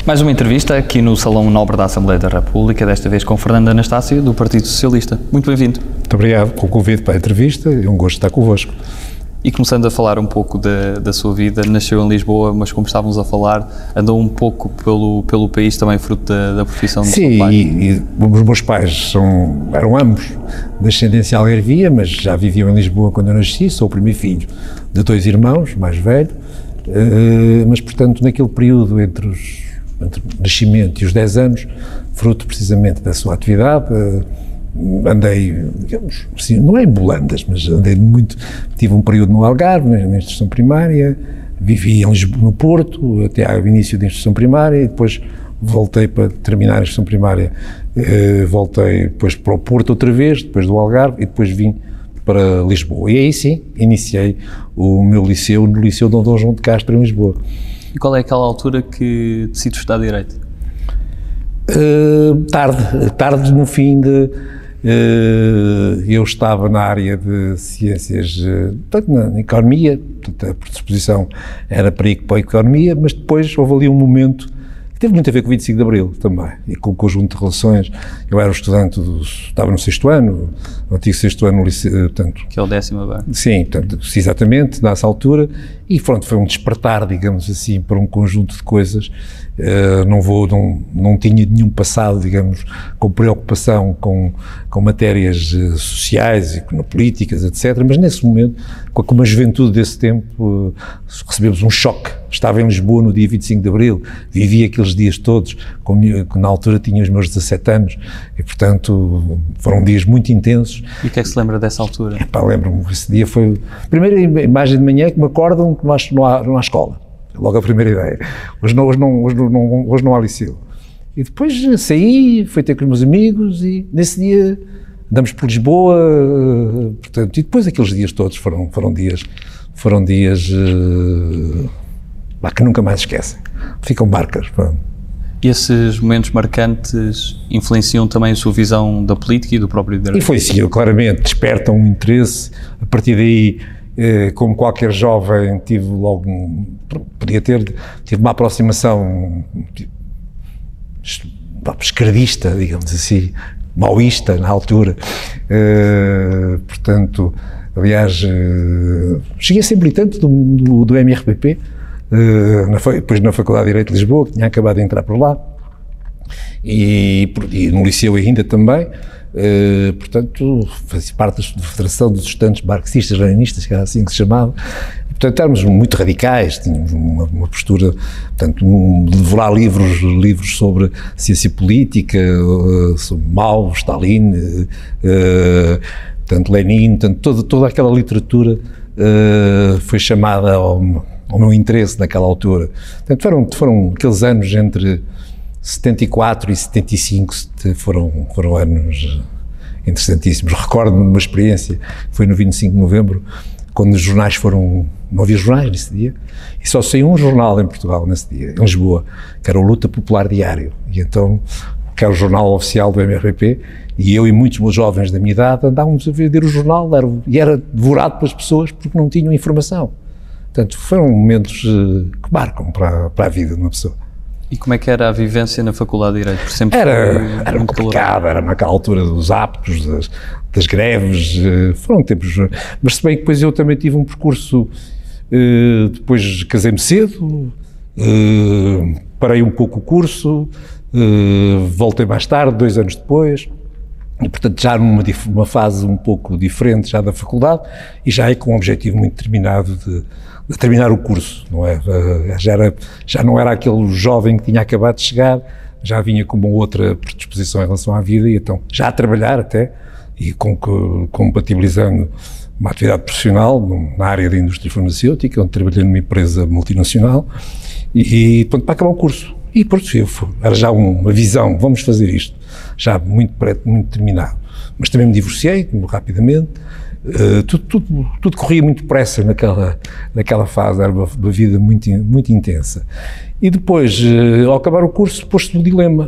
Mais uma entrevista aqui no Salão Nobre da Assembleia da República, desta vez com Fernando Anastácio, do Partido Socialista. Muito bem-vindo. Muito obrigado pelo convite para a entrevista, é um gosto estar convosco. E começando a falar um pouco da sua vida, nasceu em Lisboa, mas como estávamos a falar, andou um pouco pelo país também fruto da profissão do seu pai. Sim, e os meus pais eram ambos de ascendência algarvia, mas já viviam em Lisboa quando eu nasci, sou o primeiro filho de 2 irmãos, mais velho, mas portanto naquele período entre o nascimento e os 10 anos, fruto precisamente da sua atividade, andei, digamos, assim, não é em Bolandas, mas andei muito, tive um período no Algarve, na instrução primária, vivi em Lisboa, no Porto, até ao início da instrução primária, e depois voltei para terminar a instrução primária, voltei depois para o Porto outra vez, depois do Algarve, e depois vim para Lisboa. E aí sim, iniciei o meu liceu no Liceu Dom João de Castro, em Lisboa. E qual é aquela altura que decide estudar Direito? Tarde no fim de... eu estava na área de ciências, portanto, na economia, portanto, a predisposição era para a economia, mas depois houve ali um momento que teve muito a ver com o 25 de Abril também, e com o conjunto de relações. Eu era estudante, estava no 6º ano, no antigo 6º ano, portanto... Que é o 10º agora. Sim, portanto, exatamente, nessa altura, e pronto, foi um despertar, digamos assim, para um conjunto de coisas. Não tinha nenhum passado, digamos, com preocupação com matérias sociais e políticas, etc. Mas nesse momento, com uma juventude desse tempo, recebemos um choque. Estava em Lisboa no dia 25 de Abril, vivi aqueles dias todos, que na altura tinha os meus 17 anos, e portanto foram dias muito intensos. E o que é que se lembra dessa altura? Lembro-me, esse dia foi a primeira imagem de manhã que me acordam que não há escola. Logo a primeira ideia. Hoje não há liceu. E depois saí, fui ter com os meus amigos e nesse dia andamos por Lisboa, portanto, e depois aqueles dias todos foram dias que nunca mais esquecem. Ficam marcas. Pronto. E esses momentos marcantes influenciam também a sua visão da política e do próprio direito? Influenciam, claramente, despertam um interesse. A partir daí, como qualquer jovem, tive uma aproximação esquerdista, digamos assim, maoísta na altura, portanto, aliás, cheguei a ser militante do MRPP, depois na Faculdade de Direito de Lisboa, que tinha acabado de entrar por lá, e no liceu ainda também. Portanto, fazia parte da Federação dos Estudantes Marxistas-Leninistas, que era assim que se chamava. Portanto, éramos muito radicais, tínhamos uma postura, portanto, devorar livros sobre ciência política, sobre Mao, Stalin, portanto, Lenin, portanto, toda aquela literatura foi chamada ao meu interesse naquela altura. Portanto, foram aqueles anos entre 74 e 75, foram anos interessantíssimos. Recordo-me de uma experiência, foi no 25 de novembro, quando os jornais não havia jornais nesse dia, e só saiu um jornal em Portugal nesse dia, em Lisboa, que era o Luta Popular Diário, e então, que era o jornal oficial do MRPP, e eu e muitos meus jovens da minha idade andávamos a vender o jornal, e era devorado pelas pessoas porque não tinham informação. Portanto, foram momentos que marcam para a vida de uma pessoa. E como é que era a vivência na Faculdade de Direito? Era complicado, era naquela altura dos aptos, das greves, foram tempos, mas se bem que depois eu também tive um percurso, depois casei-me cedo, parei um pouco o curso, voltei mais tarde, 2 anos depois, e portanto já numa fase um pouco diferente já da faculdade, e já com um objetivo muito determinado de terminar o curso, não é? Já não era aquele jovem que tinha acabado de chegar, já vinha com uma outra predisposição em relação à vida, e então já a trabalhar até, e compatibilizando uma atividade profissional na área da indústria farmacêutica, onde trabalhei numa empresa multinacional, e pronto, para acabar o curso. E pronto, era já uma visão, vamos fazer isto, já muito determinado. Mas também me divorciei, muito rapidamente. Tudo corria muito depressa naquela fase, era uma vida muito intensa. E depois, ao acabar o curso, pôs-se no dilema.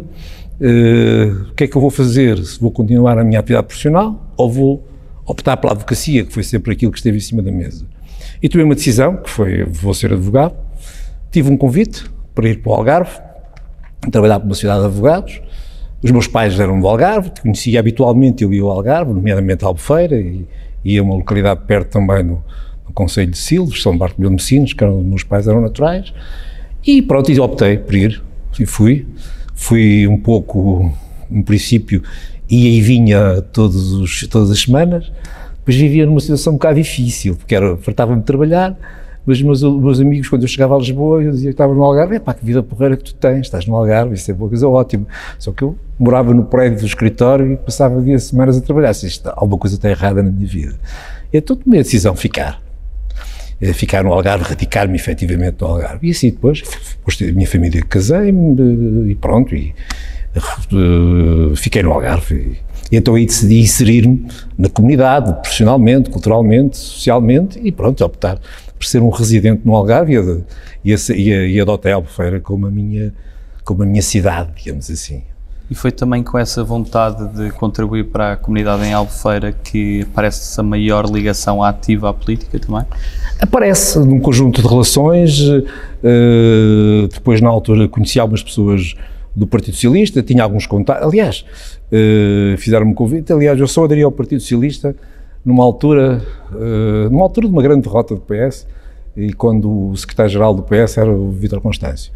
O que é que eu vou fazer? Se vou continuar a minha atividade profissional ou vou optar pela advocacia, que foi sempre aquilo que esteve em cima da mesa. E tomei uma decisão, que foi, vou ser advogado. Tive um convite para ir para o Algarve, trabalhar para uma sociedade de advogados. Os meus pais eram do Algarve, conhecia habitualmente, eu ia ao Algarve, nomeadamente a Albufeira, e ia a uma localidade perto também no concelho de Silves, São Bartolomeu de Messinos, que os meus pais eram naturais, e pronto, e optei por ir, e fui um pouco, no princípio, ia e vinha todas as semanas, depois vivia numa situação um bocado difícil, porque fartava-me de trabalhar, mas os meus amigos, quando eu chegava a Lisboa, eu dizia que estava no Algarve, pá, que vida porreira que tu tens, estás no Algarve, isso é uma coisa ótima. Só que eu morava no prédio do escritório e passava dias, semanas a trabalhar, alguma coisa está errada na minha vida. E então tomei a decisão de ficar no Algarve, radicar-me efetivamente no Algarve. E assim depois a minha família, casei-me e pronto, e fiquei no Algarve. E então aí decidi inserir-me na comunidade, profissionalmente, culturalmente, socialmente, e pronto, optar por ser um residente no Algarve e adotei a Albufeira como a minha cidade, digamos assim. E foi também com essa vontade de contribuir para a comunidade em Albufeira que parece-se a maior ligação ativa à política também? Aparece num conjunto de relações, depois na altura conheci algumas pessoas do Partido Socialista, tinha alguns contatos, aliás, fizeram-me um convite, aliás, eu só aderi ao Partido Socialista numa altura de uma grande derrota do PS, e quando o secretário-geral do PS era o Vítor Constâncio.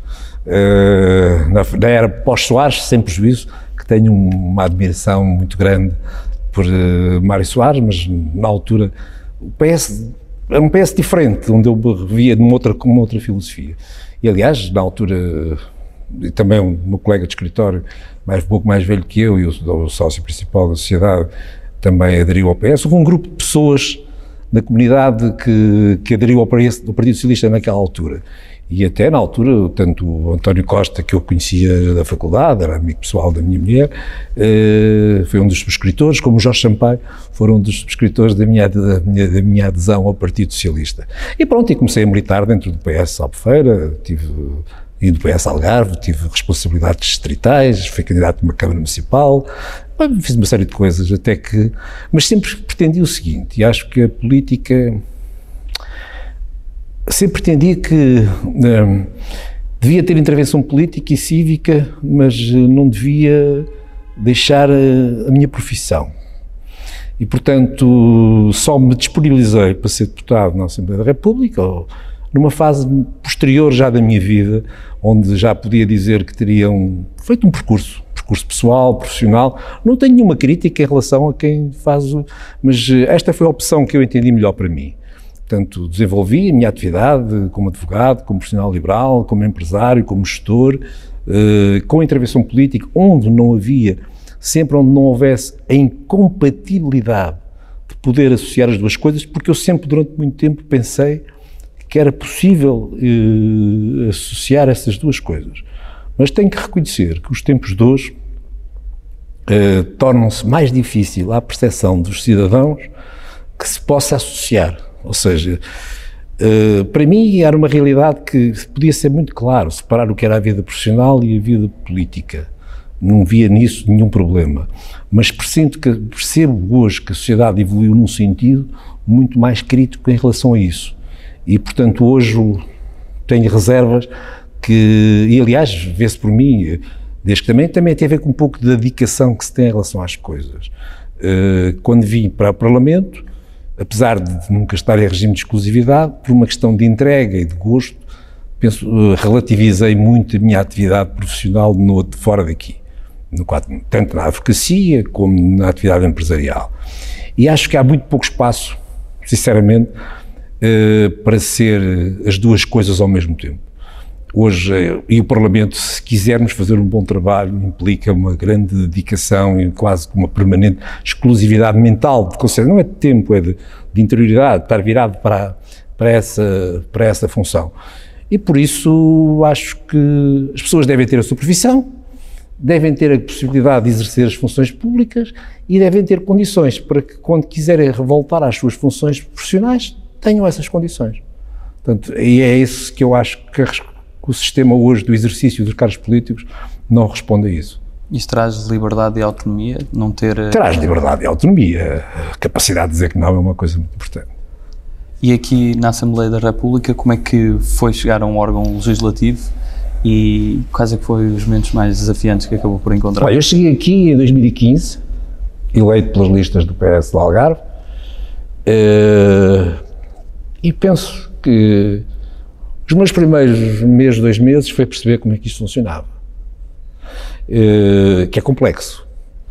Na era pós-Soares, sem prejuízo, que tenho uma admiração muito grande por Mário Soares, mas na altura o PS era um PS diferente, onde eu me revia com uma outra filosofia. E aliás, na altura, e também o meu colega de escritório, um pouco mais velho que eu, e o sócio principal da sociedade, também aderiu ao PS. Houve um grupo de pessoas da comunidade que aderiu ao Partido Socialista naquela altura. E até na altura, tanto o António Costa, que eu conhecia da faculdade, era amigo pessoal da minha mulher, foi um dos subscritores, como o Jorge Sampaio, foram um dos subscritores da minha adesão ao Partido Socialista. E pronto, e comecei a militar dentro do PS Albufeira, e do PS Algarve, tive responsabilidades distritais, fui candidato a uma Câmara Municipal, fiz uma série de coisas, até que... Mas sempre pretendi o seguinte, e acho que a política... Sempre pretendia que devia ter intervenção política e cívica, mas não devia deixar a minha profissão. E, portanto, só me disponibilizei para ser deputado na Assembleia da República, ou numa fase posterior já da minha vida, onde já podia dizer que teria feito um percurso pessoal, profissional. Não tenho nenhuma crítica em relação a quem faz mas esta foi a opção que eu entendi melhor para mim. Portanto, desenvolvi a minha atividade como advogado, como profissional liberal, como empresário, como gestor, com intervenção política, onde não houvesse a incompatibilidade de poder associar as duas coisas, porque eu sempre, durante muito tempo, pensei que era possível associar essas duas coisas. Mas tenho que reconhecer que os tempos de hoje tornam-se mais difícil à percepção dos cidadãos que se possa associar. Ou seja, para mim era uma realidade que podia ser muito claro, separar o que era a vida profissional e a vida política. Não via nisso nenhum problema. Mas percebo hoje que a sociedade evoluiu num sentido muito mais crítico em relação a isso. E, portanto, hoje tenho reservas e aliás, vê-se por mim, desde que também tem a ver com um pouco da dedicação que se tem em relação às coisas. Quando vim para o Parlamento, apesar de nunca estar em regime de exclusividade, por uma questão de entrega e de gosto, relativizei muito a minha atividade profissional fora daqui, tanto na advocacia como na atividade empresarial. E acho que há muito pouco espaço, sinceramente, para ser as duas coisas ao mesmo tempo. Hoje, e o Parlamento, se quisermos fazer um bom trabalho, implica uma grande dedicação e quase uma permanente exclusividade mental, não é de tempo, é de interioridade, estar virado para essa função. E por isso acho que as pessoas devem ter a sua profissão, devem ter a possibilidade de exercer as funções públicas e devem ter condições para que, quando quiserem voltar às suas funções profissionais, tenham essas condições. Portanto, e é isso que eu acho que o sistema hoje do exercício dos cargos políticos não responde a isso. Isso traz liberdade e autonomia? Não ter... Traz liberdade e autonomia. A capacidade de dizer que não é uma coisa muito importante. E aqui na Assembleia da República, como é que foi chegar a um órgão legislativo E quais é que foram os momentos mais desafiantes que acabou por encontrar? Olha, eu cheguei aqui em 2015, eleito pelas listas do PS do Algarve, e penso que os meus primeiros meses, 2 meses, foi perceber como é que isto funcionava, que é complexo.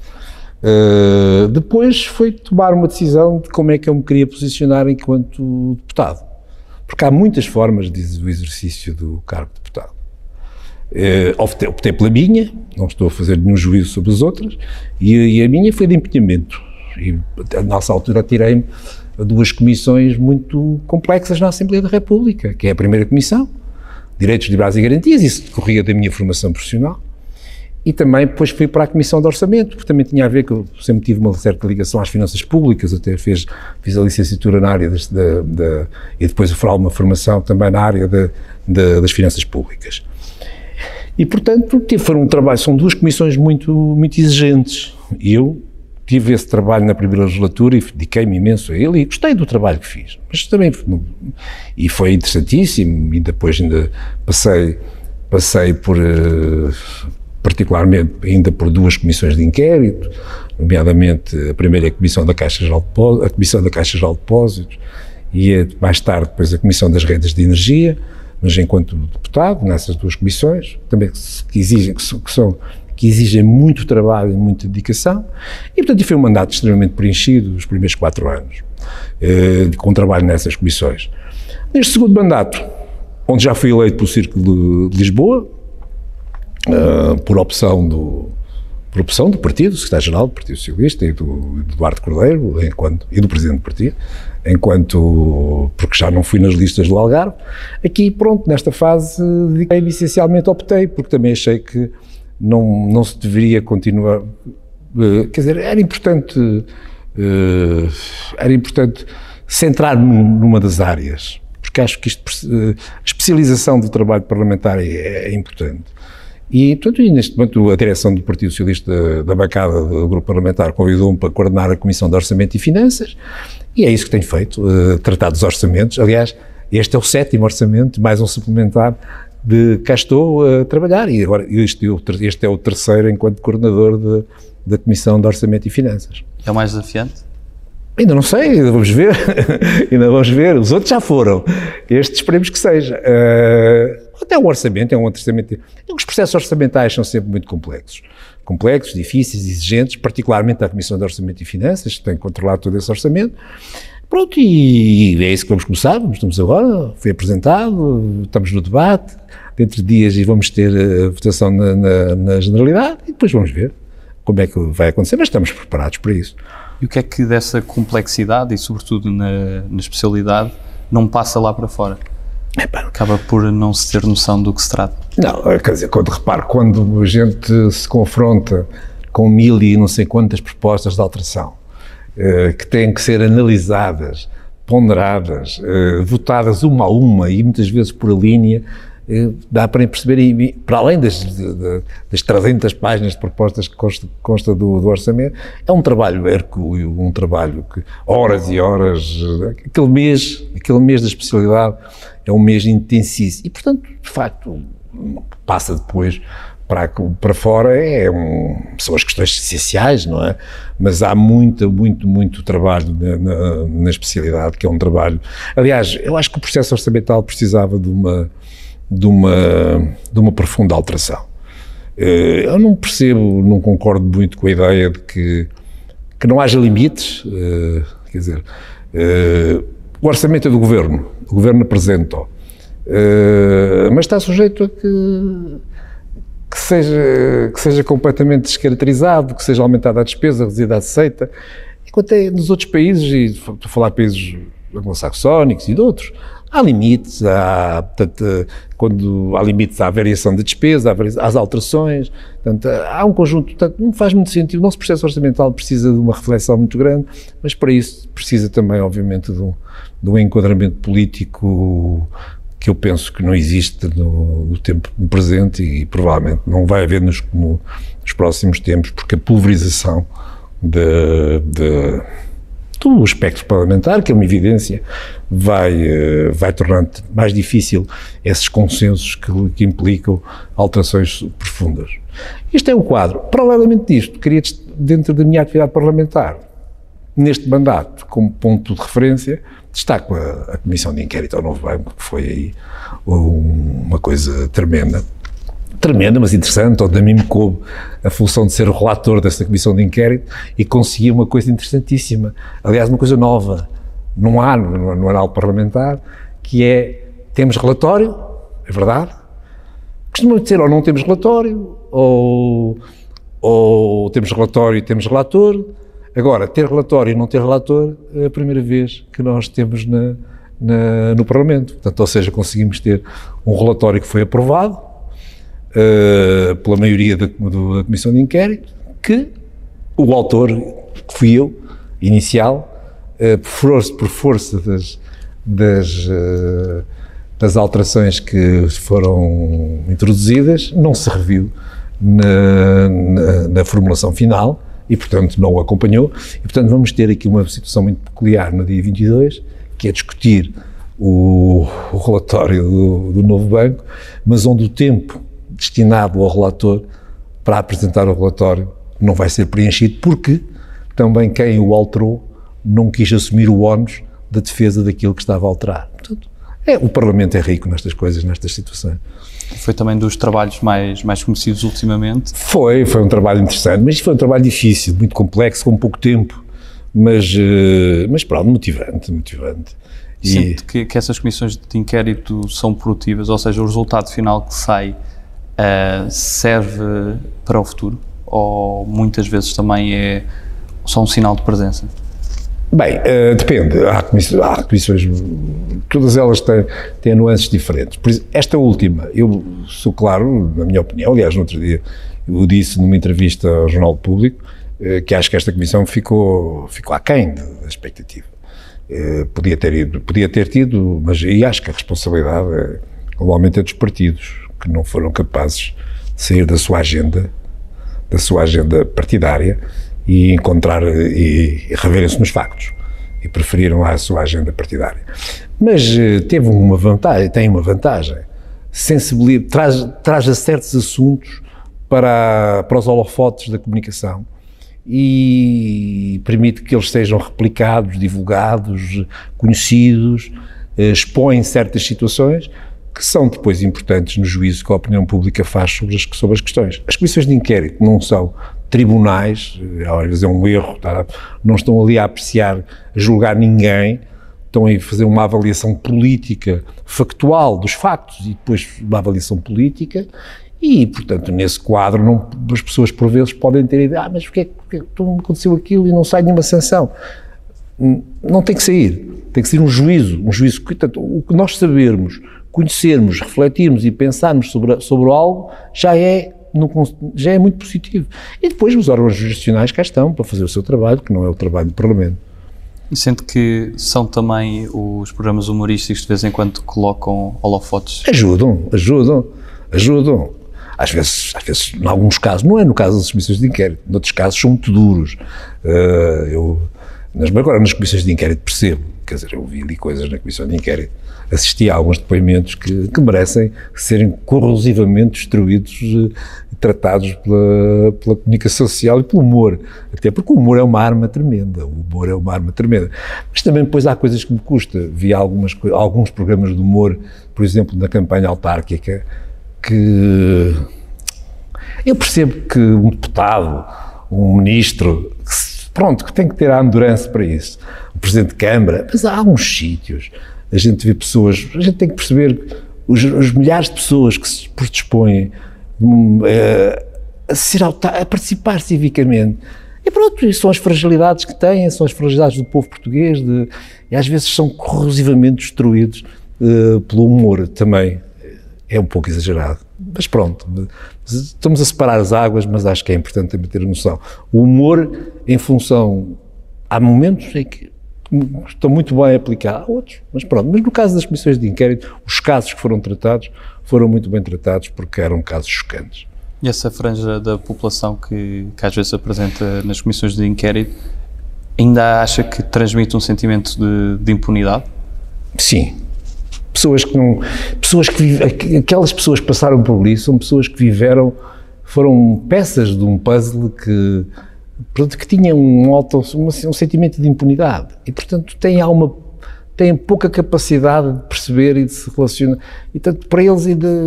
Depois foi tomar uma decisão de como é que eu me queria posicionar enquanto deputado, porque há muitas formas do exercício do cargo de deputado. Optei pela minha, não estou a fazer nenhum juízo sobre as outras, e a minha foi de empenhamento, e nessa altura tirei-me a 2 comissões muito complexas na Assembleia da República, que é a primeira comissão, Direitos, Liberdades e Garantias, isso decorria da minha formação profissional, e também depois fui para a Comissão de Orçamento, porque também tinha a ver que eu sempre tive uma certa ligação às finanças públicas, até fiz a licenciatura na área e depois uma formação também na área das finanças públicas. E, portanto, foram um trabalho, são 2 comissões muito, muito exigentes, e eu tive esse trabalho na primeira legislatura e dediquei-me imenso a ele e gostei do trabalho que fiz, mas também, e foi interessantíssimo, e depois ainda passei por, particularmente, ainda por 2 comissões de inquérito, nomeadamente a primeira é a Comissão da Caixa Geral de Depósitos, e mais tarde depois a Comissão das Rendas de Energia, mas enquanto deputado, nessas 2 comissões, também que exigem muito trabalho e muita dedicação, e portanto foi um mandato extremamente preenchido os primeiros 4 anos, com trabalho nessas comissões. Neste segundo mandato, onde já fui eleito pelo Círculo de Lisboa, por opção do partido, do secretário-geral do Partido Socialista e do Eduardo Cordeiro, e do presidente do partido, porque já não fui nas listas do Algarve. Aqui, pronto, nesta fase, dediquei-me essencialmente, optei, porque também achei que não se deveria continuar, quer dizer, era importante centrar-me numa das áreas, porque acho que a especialização do trabalho parlamentar é importante. E, portanto, neste momento a direção do Partido Socialista, da bancada do grupo parlamentar, convidou-me para coordenar a Comissão de Orçamento e Finanças, e é isso que tenho feito, tratar dos orçamentos. Aliás, este é o 7º orçamento, mais um suplementar, de cá estou a trabalhar, e agora este é o 3º enquanto coordenador da Comissão de Orçamento e Finanças. É o mais desafiante? Ainda não sei, ainda vamos ver, os outros já foram, este esperemos que seja. Até o orçamento, é um orçamento, os processos orçamentais são sempre muito complexos, difíceis, exigentes, particularmente a Comissão de Orçamento e Finanças, que tem que controlar todo esse orçamento. Pronto, e é isso que vamos começar, estamos agora, foi apresentado, estamos no debate, dentro de dias e vamos ter a votação na Generalidade, e depois vamos ver como é que vai acontecer, mas estamos preparados para isso. E o que é que dessa complexidade, e sobretudo na especialidade, não passa lá para fora? Acaba por não se ter noção do que se trata. Não, quer dizer, quando a gente se confronta com 1000 e não sei quantas propostas de alteração, que têm que ser analisadas, ponderadas, votadas uma a uma e muitas vezes por linha, dá para perceber, para além das 300 páginas de propostas que consta do orçamento, é um trabalho hércules, um trabalho que horas e horas, aquele mês da especialidade é um mês intensíssimo e, portanto, de facto, passa depois para fora, são as questões essenciais, não é? Mas há muito trabalho na especialidade, que é um trabalho... Aliás, eu acho que o processo orçamental precisava de uma profunda alteração. Eu não percebo, não concordo muito com a ideia de que não haja limites, quer dizer, o orçamento é do Governo, o Governo apresenta-o, mas está sujeito a que seja completamente descaracterizado, que seja aumentada a despesa, reduzida a receita, enquanto nos outros países, e estou a falar de países anglo-saxónicos e de outros, há limites, quando há limites à variação de despesa, às alterações, portanto, há um conjunto, portanto, não faz muito sentido, o nosso processo orçamental precisa de uma reflexão muito grande, mas para isso precisa também, obviamente, de um enquadramento político que eu penso que não existe no tempo presente e provavelmente não vai haver nos próximos tempos, porque a pulverização todo o espectro parlamentar, que é uma evidência, vai tornando mais difícil esses consensos que implicam alterações profundas. Este é o quadro. Paralelamente disto, queria, dentro da minha atividade parlamentar, neste mandato, como ponto de referência, destaco a Comissão de Inquérito ao Novo Banco, que foi aí uma coisa tremenda, mas interessante, onde a mim me coube a função de ser o relator desta Comissão de Inquérito e consegui uma coisa interessantíssima, aliás, uma coisa nova, no anal parlamentar, que é, temos relatório, é verdade, costuma dizer ou não temos relatório, ou temos relatório e temos relator. Agora, ter relatório e não ter relator é a primeira vez que nós temos no Parlamento. Portanto, ou seja, conseguimos ter um relatório que foi aprovado pela maioria da Comissão de Inquérito, que o autor, que fui eu, inicial, por força das alterações que foram introduzidas, não se reviu na formulação final, e, portanto, não o acompanhou, e, portanto, vamos ter aqui uma situação muito peculiar no dia 22, que é discutir o relatório do novo banco, mas onde o tempo destinado ao relator para apresentar o relatório não vai ser preenchido, porque também quem o alterou não quis assumir o ónus da defesa daquilo que estava a alterar. Portanto, o Parlamento é rico nestas coisas, nestas situações. Foi também dos trabalhos mais conhecidos ultimamente? Foi um trabalho interessante, mas foi um trabalho difícil, muito complexo, com pouco tempo, mas pronto, motivante. Sinto que essas comissões de inquérito são produtivas, ou seja, o resultado final que sai serve para o futuro, ou muitas vezes também é só um sinal de presença? Bem, depende. Há comissões, todas elas têm nuances diferentes. Por isso, esta última, eu sou claro, na minha opinião, aliás, no outro dia eu disse numa entrevista ao Jornal Público, que acho que esta comissão ficou aquém da expectativa. Podia ter tido, mas e acho que a responsabilidade globalmente é dos partidos, que não foram capazes de sair da sua agenda partidária e encontrar e reverem-se nos factos e preferiram a sua agenda partidária. Mas tem uma vantagem, traz a certos assuntos para os holofotes da comunicação e permite que eles sejam replicados, divulgados, conhecidos, expõem certas situações que são depois importantes no juízo que a opinião pública faz sobre as questões. As comissões de inquérito não são tribunais, às vezes é um erro, não estão ali a apreciar, a julgar ninguém, estão a fazer uma avaliação política, factual dos factos e depois uma avaliação política e, portanto, nesse quadro as pessoas por vezes podem ter a ideia, mas porque aconteceu aquilo e não sai nenhuma sanção? Não tem que sair, tem que ser um juízo, que, portanto, o que nós sabermos, conhecermos, refletirmos e pensarmos sobre algo já é muito positivo. E depois os órgãos jurisdicionais cá estão para fazer o seu trabalho, que não é o trabalho do Parlamento. E sente que são também os programas humorísticos de vez em quando colocam holofotes? Ajudam. Às vezes, em alguns casos, não é no caso das comissões de inquérito, noutros casos são muito duros. Mas agora nas comissões de inquérito percebo, quer dizer, eu vi ali coisas na comissão de inquérito, assisti a alguns depoimentos que merecem serem corrosivamente destruídos, tratados pela comunicação social e pelo humor, até porque o humor é uma arma tremenda, mas também depois há coisas que me custa, vi alguns programas de humor, por exemplo, na campanha autárquica, que eu percebo que um deputado, um ministro, que tem que ter a endurance para isso, o Presidente de Câmara, mas há alguns sítios, a gente vê pessoas, a gente tem que perceber os milhares de pessoas que se predispõem a participar civicamente. E pronto, são as fragilidades que têm, são as fragilidades do povo português, e às vezes são corrosivamente destruídos pelo humor também. É um pouco exagerado, mas pronto, estamos a separar as águas, mas acho que é importante também ter a noção. O humor, em função, há momentos em que estão muito bem aplicados, há outros, mas pronto. Mas no caso das comissões de inquérito, os casos que foram tratados foram muito bem tratados porque eram casos chocantes. E essa franja da população que às vezes apresenta nas comissões de inquérito Ainda acha que transmite um sentimento de impunidade? Sim. Aquelas pessoas que passaram por isso são pessoas que viveram, foram peças de um puzzle que tinham um sentimento de impunidade e, portanto, têm pouca capacidade de perceber e de se relacionar. E, tanto para eles,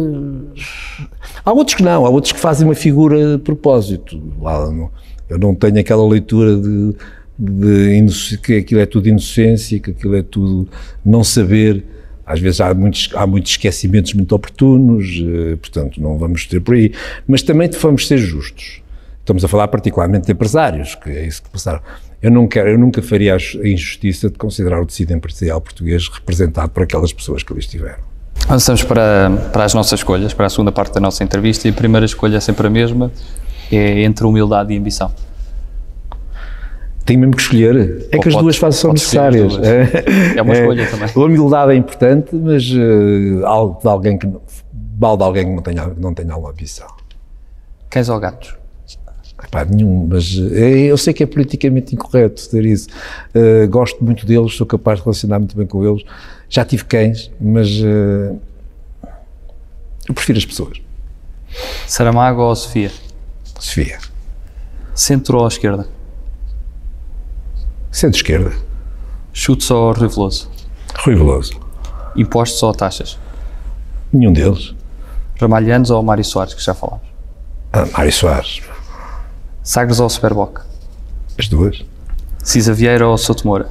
há outros que não, há outros que fazem uma figura de propósito. Eu não tenho aquela leitura que aquilo é tudo inocência, que aquilo é tudo não saber. Às vezes há muitos esquecimentos muito oportunos, portanto não vamos ter por aí, mas também vamos ser justos. Estamos a falar particularmente de empresários, que é isso que passaram. Eu nunca faria a injustiça de considerar o tecido empresarial português representado por aquelas pessoas que ali estiveram. Avançamos para as nossas escolhas, para a segunda parte da nossa entrevista, e a primeira escolha é sempre a mesma, é entre humildade e ambição. Tem mesmo que escolher. É que as duas fases são necessárias. É uma escolha também. A humildade é importante, mas algo de alguém que não tenha alguma ambição. Cães ou gatos? Epá, nenhum, mas eu sei que é politicamente incorreto dizer isso. Gosto muito deles, sou capaz de relacionar muito bem com eles. Já tive cães, mas eu prefiro as pessoas. Saramago ou Sofia? Sofia. Centro ou esquerda? Centro-esquerda. Chutes ou Rui Veloso? Rui Veloso. Impostos ou taxas? Nenhum deles. Ramalhianos ou Mário Soares, que já falámos? Mário Soares. Sagres ou Superboc? As duas. Cisa Vieira ou Souto Moura?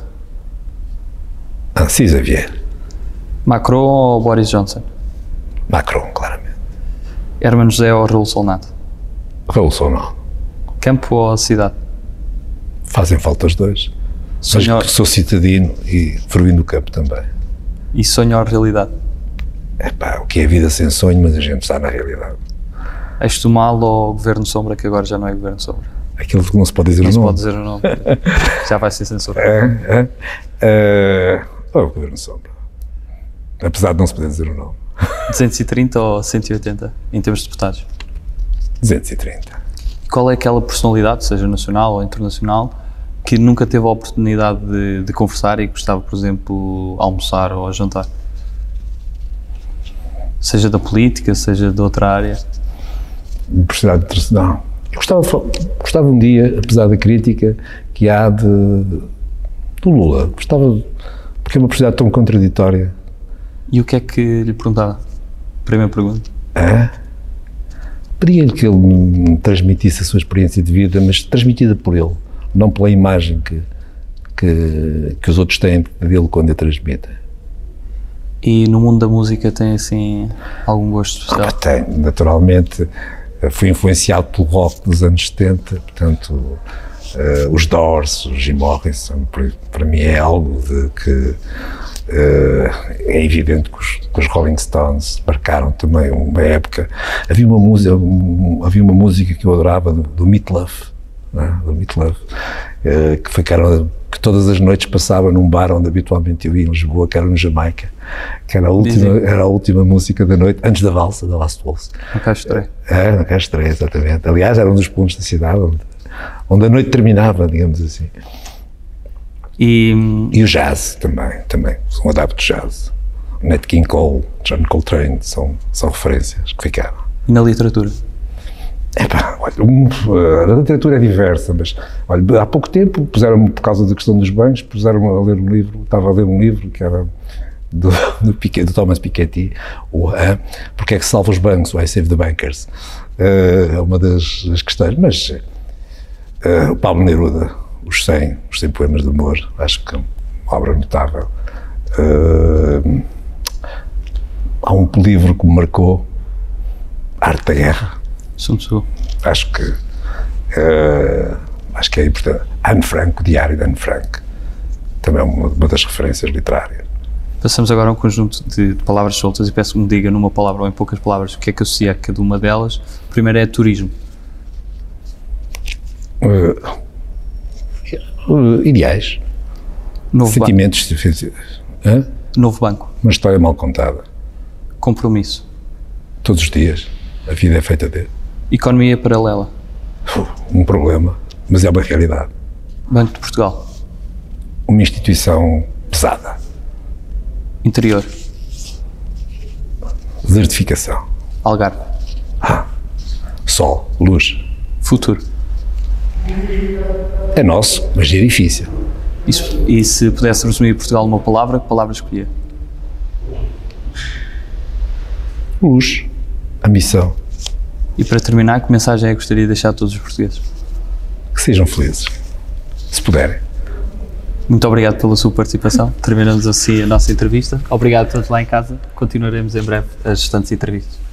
Cisa Vieira. Macron ou Boris Johnson? Macron, claramente. Hermano José ou Raul Solnado? Raul Solnado. Campo ou cidade? Fazem falta os dois. Sonho... Mas sou citadino e fervendo do campo também. E sonho ou realidade? O que é a vida sem sonho, mas a gente está na realidade. Eixo do Mal ou Governo Sombra, que agora já não é Governo Sombra? Aquilo que não se pode dizer não o nome. Não se pode dizer o nome. Já vai ser censurado. O Governo Sombra. Apesar de não se poder dizer o nome. 230 ou 180, em termos de deputados? 230. Qual é aquela personalidade, seja nacional ou internacional, que nunca teve a oportunidade de conversar e que gostava, por exemplo, almoçar ou jantar? Seja da política, seja de outra área? Personalidade internacional. Eu gostava um dia, apesar da crítica que há do Lula. Gostava, porque é uma personalidade tão contraditória. E o que é que lhe perguntava? Primeira pergunta. Pedia-lhe que ele me transmitisse a sua experiência de vida, mas transmitida por ele, não pela imagem que os outros têm dele quando a transmitem. E no mundo da música tem, assim, algum gosto especial? Tenho, naturalmente. Fui influenciado pelo rock dos anos 70, portanto, os Doors, o Jim Morrison, para mim é algo de que é evidente que os Rolling Stones marcaram também uma época. Havia uma música que eu adorava do Meat Loaf, que todas as noites passava num bar onde habitualmente eu ia em Lisboa, que era no Jamaica, que era a última música da noite, antes da valsa, da Last Waltz. Na Caixa Estreia. Na Caixa Estreia, exatamente. Aliás, era um dos pontos da cidade onde a noite terminava, digamos assim. E o jazz também, sou um adepto de jazz. Nat King Cole, John Coltrane, são referências que ficaram. E na literatura? A literatura é diversa, mas olha, há pouco tempo puseram-me, por causa da questão dos bancos, puseram-me a ler um livro, estava a ler um livro que era do Thomas Piketty, Porque é que salva os bancos, Why Save the Bankers, é uma das questões, mas o Pablo Neruda, os 100 poemas de amor, acho que é uma obra notável. Há um livro que me marcou, Arte da Guerra. Sun Tzu. Acho que é importante. Anne Frank, o Diário de Anne Frank, também é uma das referências literárias. Passamos agora a um conjunto de palavras soltas e peço que me diga numa palavra ou em poucas palavras o que é que associa a cada uma delas. A primeira é turismo. Ideais. Novo sentimentos. Novo banco. Uma história mal contada. Compromisso. Todos os dias. A vida é feita dele. Economia paralela. Um problema, mas é uma realidade. Banco de Portugal. uma instituição pesada. Interior. Desertificação. Algarve. Sol, luz. Futuro. É nosso, mas é difícil. E se pudesse resumir Portugal numa palavra, que palavra escolhia? Luz. Ambição. E para terminar, que mensagem é que gostaria de deixar a todos os portugueses? Que sejam felizes, se puderem. Muito obrigado pela sua participação. Terminamos assim a nossa entrevista. Obrigado a todos lá em casa. Continuaremos em breve as restantes entrevistas.